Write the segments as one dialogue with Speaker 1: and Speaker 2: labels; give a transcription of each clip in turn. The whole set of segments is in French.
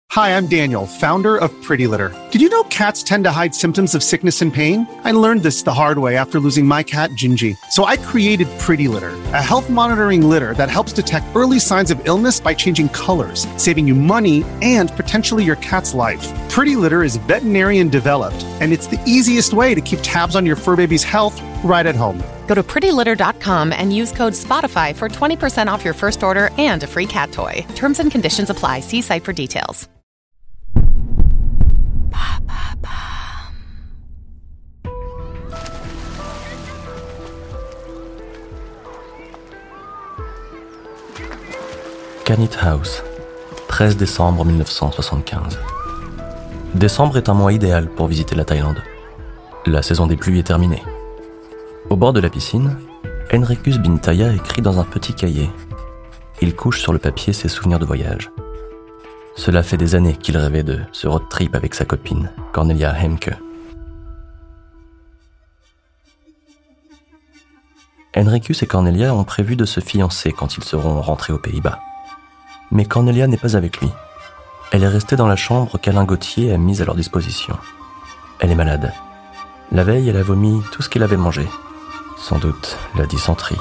Speaker 1: Hi, I'm Daniel, founder of Pretty Litter. Did you know cats tend to hide symptoms of sickness and pain? I learned this the hard way after losing my cat, Gingy. So I created Pretty Litter, a health monitoring litter that helps detect early signs of illness by changing colors, saving you money and potentially your cat's life. Pretty Litter is veterinarian developed, and it's the easiest way to keep tabs on your fur baby's health right at home.
Speaker 2: Go to prettylitter.com and use code SPOTIFY for 20% off your first order and a free cat toy. Terms and conditions apply. See site for details.
Speaker 3: Granite House, 13 décembre 1975. Décembre est un mois idéal pour visiter la Thaïlande. La saison des pluies est terminée. Au bord de la piscine, Henricus Bintaya écrit dans un petit cahier. Il couche sur le papier ses souvenirs de voyage. Cela fait des années qu'il rêvait de ce road trip avec sa copine, Cornelia Hemke. Henricus et Cornelia ont prévu de se fiancer quand ils seront rentrés aux Pays-Bas. Mais Cornelia n'est pas avec lui. Elle est restée dans la chambre qu'Alain Gauthier a mise à leur disposition. Elle est malade. La veille, elle a vomi tout ce qu'elle avait mangé. Sans doute la dysenterie.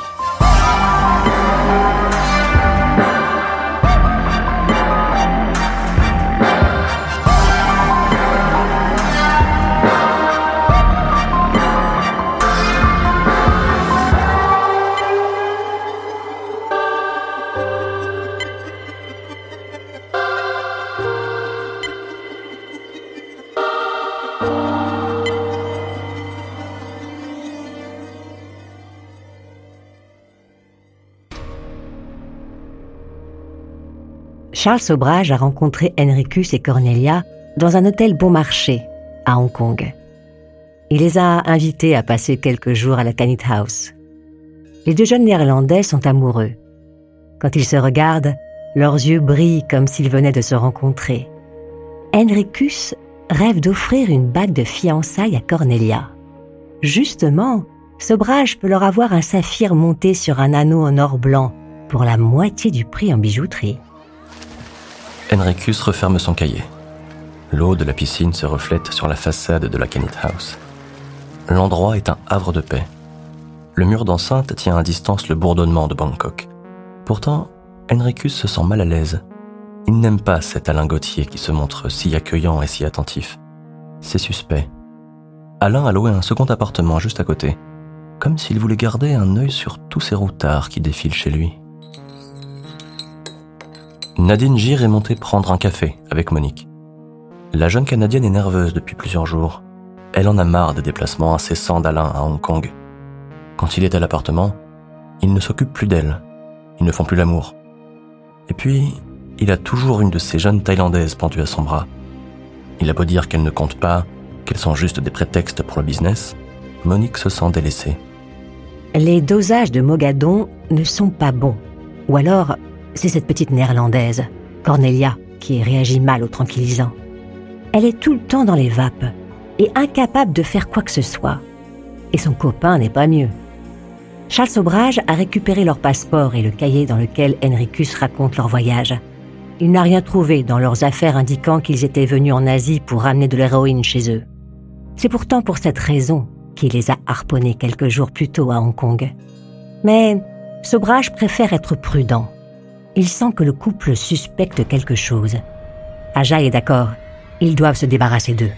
Speaker 4: Charles Sobhraj a rencontré Henricus et Cornelia dans un hôtel bon marché, à Hong Kong. Il les a invités à passer quelques jours à la Granite House. Les deux jeunes Néerlandais sont amoureux. Quand ils se regardent, leurs yeux brillent comme s'ils venaient de se rencontrer. Henricus rêve d'offrir une bague de fiançailles à Cornelia. Justement, Sobhraj peut leur avoir un saphir monté sur un anneau en or blanc pour la moitié du prix en bijouterie.
Speaker 3: Henricus referme son cahier. L'eau de la piscine se reflète sur la façade de la Granite House. L'endroit est un havre de paix. Le mur d'enceinte tient à distance le bourdonnement de Bangkok. Pourtant, Henricus se sent mal à l'aise. Il n'aime pas cet Alain Gauthier qui se montre si accueillant et si attentif. C'est suspect. Alain a loué un second appartement juste à côté, comme s'il voulait garder un œil sur tous ces routards qui défilent chez lui. Nadine Gir est montée prendre un café avec Monique. La jeune Canadienne est nerveuse depuis plusieurs jours. Elle en a marre des déplacements incessants d'Alain à Hong Kong. Quand il est à l'appartement, il ne s'occupe plus d'elle. Ils ne font plus l'amour. Et puis, il a toujours une de ces jeunes Thaïlandaises pendues à son bras. Il a beau dire qu'elles ne comptent pas, qu'elles sont juste des prétextes pour le business, Monique se sent délaissée.
Speaker 4: Les dosages de Mogadon ne sont pas bons. Ou alors, c'est cette petite Néerlandaise, Cornelia, qui réagit mal aux tranquillisants. Elle est tout le temps dans les vapes et incapable de faire quoi que ce soit. Et son copain n'est pas mieux. Charles Sobhraj a récupéré leur passeport et le cahier dans lequel Henricus raconte leur voyage. Il n'a rien trouvé dans leurs affaires indiquant qu'ils étaient venus en Asie pour ramener de l'héroïne chez eux. C'est pourtant pour cette raison qu'il les a harponnés quelques jours plus tôt à Hong Kong. Mais Sobhraj préfère être prudent. Il sent que le couple suspecte quelque chose. Ajay est d'accord, ils doivent se débarrasser d'eux.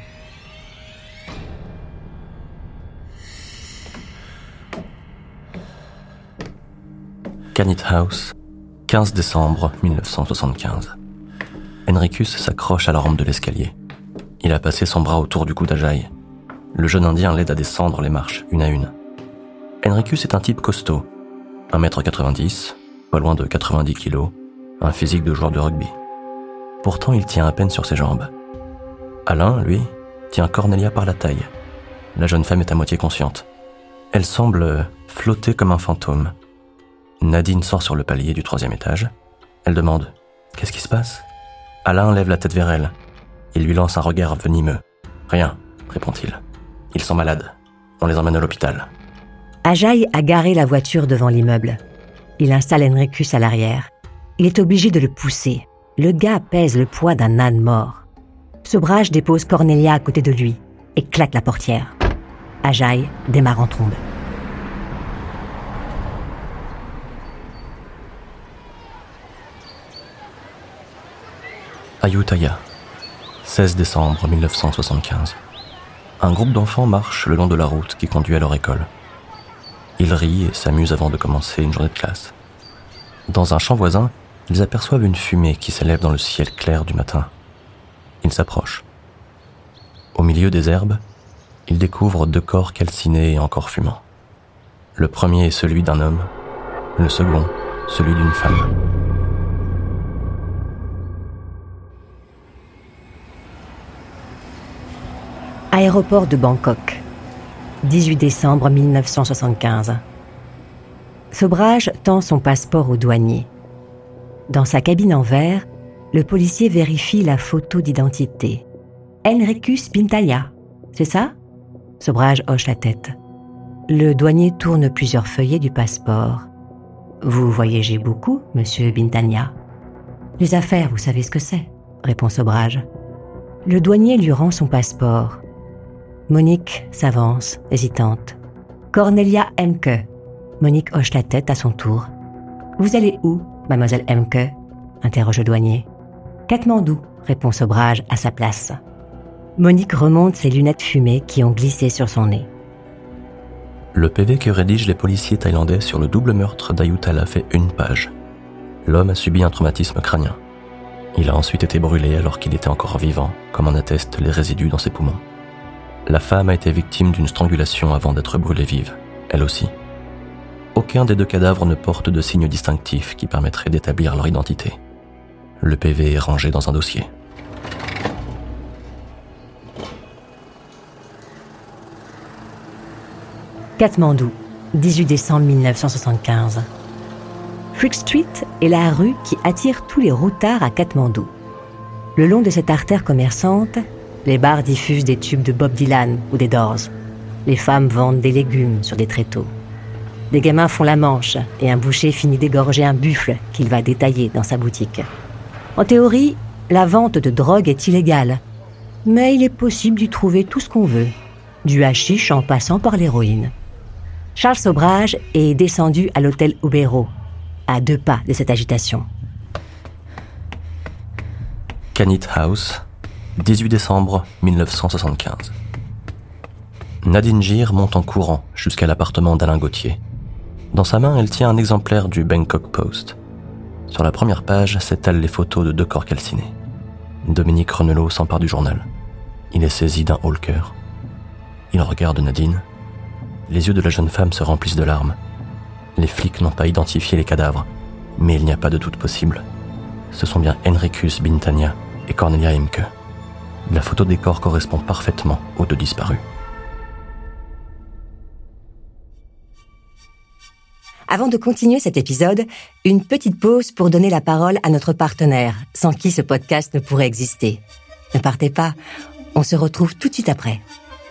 Speaker 3: Granite House, 15 décembre 1975. Henricus s'accroche à la rampe de l'escalier. Il a passé son bras autour du cou d'Ajay. Le jeune Indien l'aide à descendre les marches, une à une. Henricus est un type costaud, 1m90, pas loin de 90 kg, un physique de joueur de rugby. Pourtant, il tient à peine sur ses jambes. Alain, lui, tient Cornelia par la taille. La jeune femme est à moitié consciente. Elle semble flotter comme un fantôme. Nadine sort sur le palier du 3e étage. Elle demande « Qu'est-ce qui se passe ?» Alain lève la tête vers elle. Il lui lance un regard venimeux. « Rien », répond-il. « Ils sont malades. On les emmène à l'hôpital. »
Speaker 4: Ajay a garé la voiture devant l'immeuble. Il installe Henricus à l'arrière. Il est obligé de le pousser. Le gars pèse le poids d'un âne mort. Sobrage dépose Cornelia à côté de lui et claque la portière. Ajay démarre en trombe.
Speaker 3: Ayutthaya, 16 décembre 1975. Un groupe d'enfants marche le long de la route qui conduit à leur école. Ils rient et s'amusent avant de commencer une journée de classe. Dans un champ voisin, ils aperçoivent une fumée qui s'élève dans le ciel clair du matin. Ils s'approchent. Au milieu des herbes, ils découvrent 2 corps calcinés et encore fumants. Le premier est celui d'un homme, le second, celui d'une femme.
Speaker 4: Aéroport de Bangkok, 18 décembre 1975. Sobrage tend son passeport au douanier. Dans sa cabine en verre, le policier vérifie la photo d'identité. Henricus Bintaya, c'est ça ? Sobrage hoche la tête. Le douanier tourne plusieurs feuillets du passeport. Vous voyagez beaucoup, monsieur Bintania ? Les affaires, vous savez ce que c'est, répond Sobrage. Le douanier lui rend son passeport. Monique s'avance, hésitante. Cornelia Emke. Monique hoche la tête à son tour. Vous allez où, mademoiselle Emke ? Interroge le douanier. Katmandou, répond Sobrage à sa place. Monique remonte ses lunettes fumées qui ont glissé sur son nez.
Speaker 3: Le PV que rédigent les policiers thaïlandais sur le double meurtre d'Ayutthaya fait 1 page. L'homme a subi un traumatisme crânien. Il a ensuite été brûlé alors qu'il était encore vivant, comme en attestent les résidus dans ses poumons. La femme a été victime d'une strangulation avant d'être brûlée vive, elle aussi. Aucun des 2 cadavres ne porte de signes distinctifs qui permettraient d'établir leur identité. Le PV est rangé dans un dossier.
Speaker 4: Katmandou, 18 décembre 1975. Freak Street est la rue qui attire tous les routards à Katmandou. Le long de cette artère commerçante, les bars diffusent des tubes de Bob Dylan ou des Doors. Les femmes vendent des légumes sur des tréteaux. Des gamins font la manche et un boucher finit d'égorger un buffle qu'il va détailler dans sa boutique. En théorie, la vente de drogue est illégale, mais il est possible d'y trouver tout ce qu'on veut, du hashish en passant par l'héroïne. Charles Sobrage est descendu à l'hôtel Ubero, à 2 pas de cette agitation.
Speaker 3: Kanit House, 18 décembre 1975. Nadine Gir monte en courant jusqu'à l'appartement d'Alain Gauthier. Dans sa main, elle tient un exemplaire du Bangkok Post. Sur la première page s'étalent les photos de 2 corps calcinés. Dominique Renelot s'empare du journal. Il est saisi d'un haut-le-cœur. Il regarde Nadine. Les yeux de la jeune femme se remplissent de larmes. Les flics n'ont pas identifié les cadavres, mais il n'y a pas de doute possible. Ce sont bien Henricus Bintania et Cornelia Emke. La photo des corps correspond parfaitement aux 2 disparus.
Speaker 4: Avant de continuer cet épisode, une petite pause pour donner la parole à notre partenaire, sans qui ce podcast ne pourrait exister. Ne partez pas, on se retrouve tout de suite après.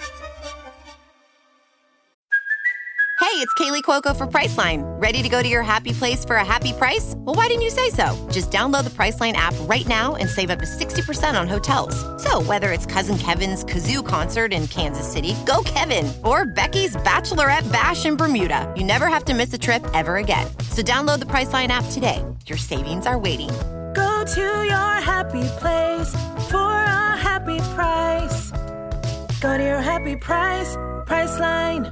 Speaker 5: Hey, it's Kaylee Cuoco for Priceline. Ready to go to your happy place for a happy price? Well, why didn't you say so? Just download the Priceline app right now and save up to 60% on hotels. So whether it's Cousin Kevin's Kazoo Concert in Kansas City, go Kevin, or Becky's Bachelorette Bash in Bermuda, you never have to miss a trip ever again. So download the Priceline app today. Your savings are waiting.
Speaker 6: Go to your happy place for a happy price. Go to your happy price, Priceline.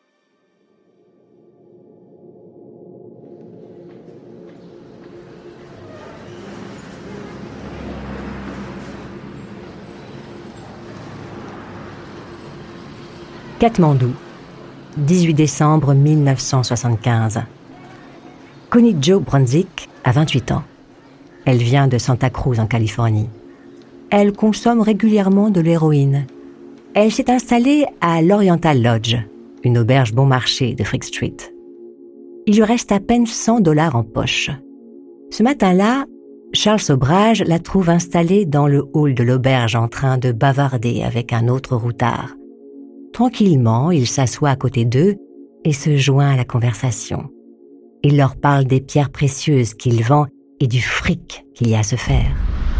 Speaker 4: Katmandou, 18 décembre 1975. Connie Jo Brunswick a 28 ans. Elle vient de Santa Cruz en Californie. Elle consomme régulièrement de l'héroïne. Elle s'est installée à l'Oriental Lodge, une auberge bon marché de Freak Street. Il lui reste à peine $100 en poche. Ce matin-là, Charles Sobrage la trouve installée dans le hall de l'auberge en train de bavarder avec un autre routard. Tranquillement, il s'assoit à côté d'eux et se joint à la conversation. Il leur parle des pierres précieuses qu'il vend et du fric qu'il y a à se faire.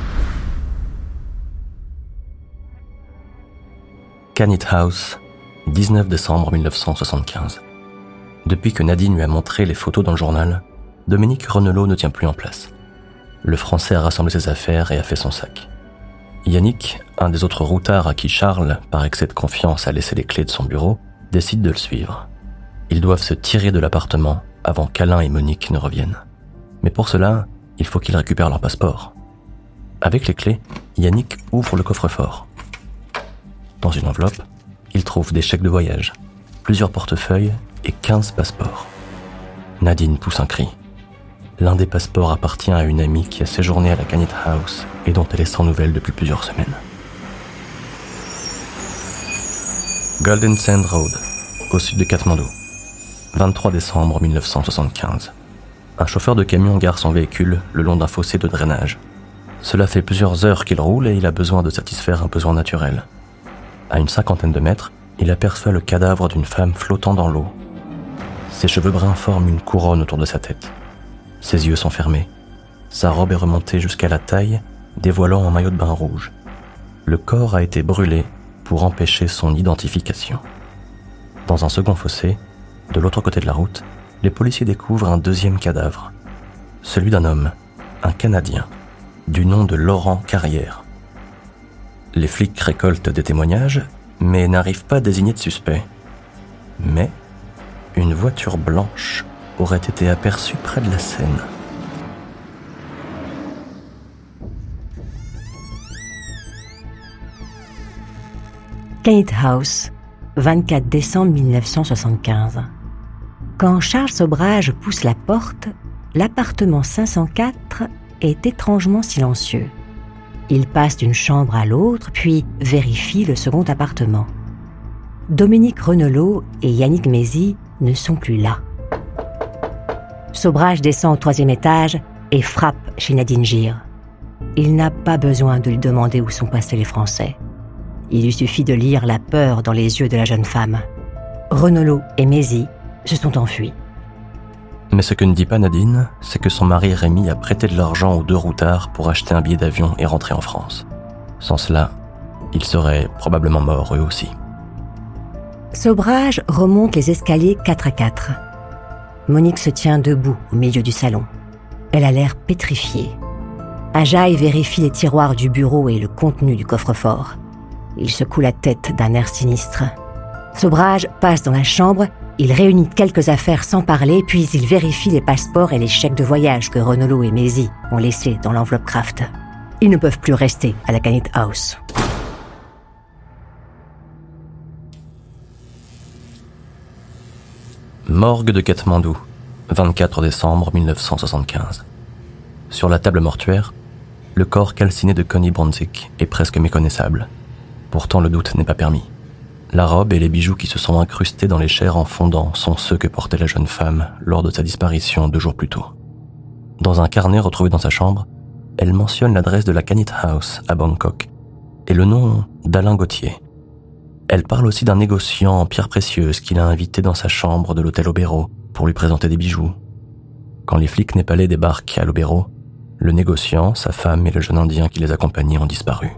Speaker 3: Canit House, 19 décembre 1975. Depuis que Nadine lui a montré les photos dans le journal, Dominique Renelot ne tient plus en place. Le Français a rassemblé ses affaires et a fait son sac. Yannick, un des autres routards à qui Charles, par excès de confiance, a laissé les clés de son bureau, décide de le suivre. Ils doivent se tirer de l'appartement avant qu'Alain et Monique ne reviennent. Mais pour cela, il faut qu'ils récupèrent leur passeport. Avec les clés, Yannick ouvre le coffre-fort. Dans une enveloppe, il trouve des chèques de voyage, plusieurs portefeuilles et 15 passeports. Nadine pousse un cri. L'un des passeports appartient à une amie qui a séjourné à la Canit House et dont elle est sans nouvelles depuis plusieurs semaines. Golden Sand Road, au sud de Katmandou. 23 décembre 1975. Un chauffeur de camion gare son véhicule le long d'un fossé de drainage. Cela fait plusieurs heures qu'il roule et il a besoin de satisfaire un besoin naturel. À une 50aine de mètres, il aperçoit le cadavre d'une femme flottant dans l'eau. Ses cheveux bruns forment une couronne autour de sa tête. Ses yeux sont fermés. Sa robe est remontée jusqu'à la taille, dévoilant un maillot de bain rouge. Le corps a été brûlé pour empêcher son identification. Dans un second fossé, de l'autre côté de la route, les policiers découvrent un deuxième cadavre. Celui d'un homme, un Canadien, du nom de Laurent Carrière. Les flics récoltent des témoignages, mais n'arrivent pas à désigner de suspect. Mais une voiture blanche aurait été aperçue près de la Seine.
Speaker 4: Canit House, 24 décembre 1975. Quand Charles Sobrage pousse la porte, l'appartement 504 est étrangement silencieux. Il passe d'une chambre à l'autre, puis vérifie le second appartement. Dominique Renelot et Yannick Mézy ne sont plus là. Sobrage descend au 3e étage et frappe chez Nadine Gire. Il n'a pas besoin de lui demander où sont passés les Français. Il lui suffit de lire la peur dans les yeux de la jeune femme. Renelot et Mézy se sont enfuis.
Speaker 3: Mais ce que ne dit pas Nadine, c'est que son mari Rémi a prêté de l'argent aux deux routards pour acheter un billet d'avion et rentrer en France. Sans cela, ils seraient probablement morts eux aussi.
Speaker 4: Sobrage remonte les escaliers 4 à 4. Monique se tient debout au milieu du salon. Elle a l'air pétrifiée. Ajaï vérifie les tiroirs du bureau et le contenu du coffre-fort. Il secoue la tête d'un air sinistre. Sobrage passe dans la chambre. Il réunit quelques affaires sans parler, puis il vérifie les passeports et les chèques de voyage que Renelot et Mézy ont laissés dans l'enveloppe Kraft. Ils ne peuvent plus rester à la Canit House.
Speaker 3: Morgue de Katmandou, 24 décembre 1975. Sur la table mortuaire, le corps calciné de Connie Bronzik est presque méconnaissable. Pourtant, le doute n'est pas permis. La robe et les bijoux qui se sont incrustés dans les chairs en fondant sont ceux que portait la jeune femme lors de sa disparition 2 jours plus tôt. Dans un carnet retrouvé dans sa chambre, elle mentionne l'adresse de la Canit House à Bangkok et le nom d'Alain Gauthier. Elle parle aussi d'un négociant en pierres précieuses qu'il a invité dans sa chambre de l'hôtel Obero pour lui présenter des bijoux. Quand les flics népalais débarquent à l'Obero, le négociant, sa femme et le jeune Indien qui les accompagnait ont disparu.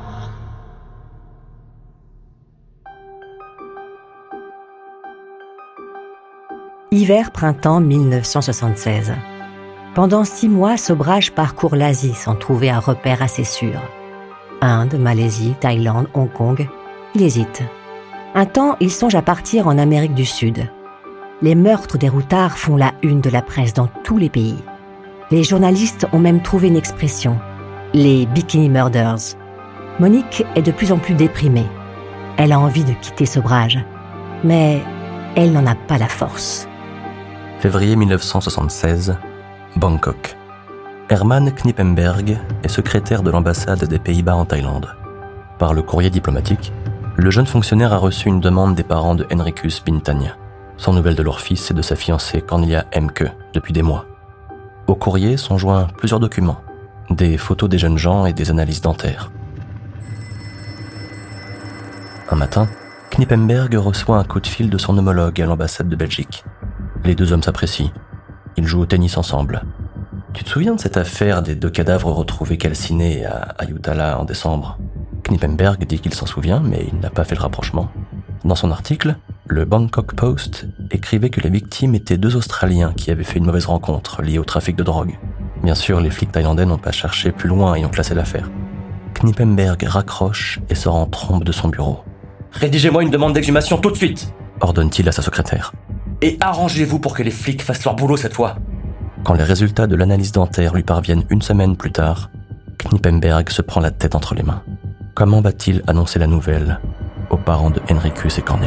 Speaker 4: Hiver-printemps 1976. Pendant 6 mois, Sobrage parcourt l'Asie sans trouver un repère assez sûr. Inde, Malaisie, Thaïlande, Hong Kong, il hésite. Un temps, il songe à partir en Amérique du Sud. Les meurtres des routards font la une de la presse dans tous les pays. Les journalistes ont même trouvé une expression, les Bikini Murders. Monique est de plus en plus déprimée. Elle a envie de quitter Sobrage, mais elle n'en a pas la force.
Speaker 3: Février 1976, Bangkok. Herman Knippenberg est secrétaire de l'ambassade des Pays-Bas en Thaïlande. Par le courrier diplomatique, le jeune fonctionnaire a reçu une demande des parents de Henricus Bintania, sans nouvelles de leur fils et de sa fiancée Cornelia Emke depuis des mois. Au courrier sont joints plusieurs documents, des photos des jeunes gens et des analyses dentaires. Un matin, Knippenberg reçoit un coup de fil de son homologue à l'ambassade de Belgique. Les deux hommes s'apprécient. Ils jouent au tennis ensemble. Tu te souviens de cette affaire des 2 cadavres retrouvés calcinés à Ayutthaya en décembre ? Knippenberg dit qu'il s'en souvient, mais il n'a pas fait le rapprochement. Dans son article, le Bangkok Post écrivait que les victimes étaient 2 Australiens qui avaient fait une mauvaise rencontre liée au trafic de drogue. Bien sûr, les flics thaïlandais n'ont pas cherché plus loin et ont classé l'affaire. Knippenberg raccroche et sort en trombe de son bureau. « Rédigez-moi une demande d'exhumation tout de suite !» ordonne-t-il à sa secrétaire. « Et arrangez-vous pour que les flics fassent leur boulot cette fois !» Quand les résultats de l'analyse dentaire lui parviennent 1 semaine plus tard, Knippenberg se prend la tête entre les mains. Comment va-t-il annoncer la nouvelle aux parents de Henricus et Cornelia ?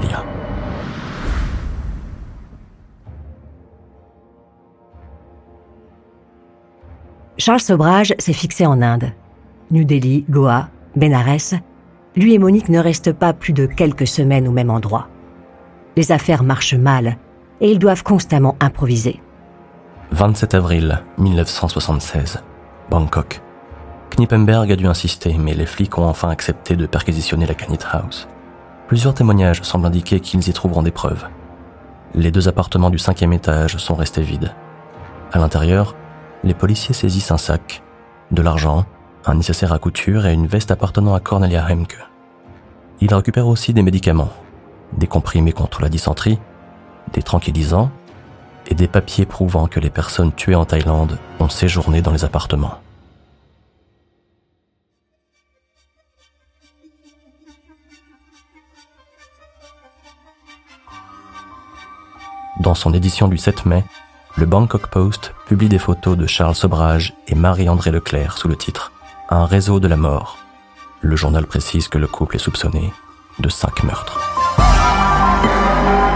Speaker 4: Charles Sobhraj s'est fixé en Inde. New Delhi, Goa, Bénarès, lui et Monique ne restent pas plus de quelques semaines au même endroit. Les affaires marchent mal et ils doivent constamment improviser.
Speaker 3: 27 avril 1976, Bangkok. Knippenberg a dû insister, mais les flics ont enfin accepté de perquisitionner la Granite House. Plusieurs témoignages semblent indiquer qu'ils y trouveront des preuves. Les 2 appartements du 5e étage sont restés vides. À l'intérieur, les policiers saisissent un sac, de l'argent, un nécessaire à couture et une veste appartenant à Cornelia Hemke. Ils récupèrent aussi des médicaments, des comprimés contre la dysenterie, des tranquillisants et des papiers prouvant que les personnes tuées en Thaïlande ont séjourné dans les appartements. Dans son édition du 7 mai, le Bangkok Post publie des photos de Charles Sobhraj et Marie-André Leclerc sous le titre « Un réseau de la mort ». Le journal précise que le couple est soupçonné de 5 meurtres.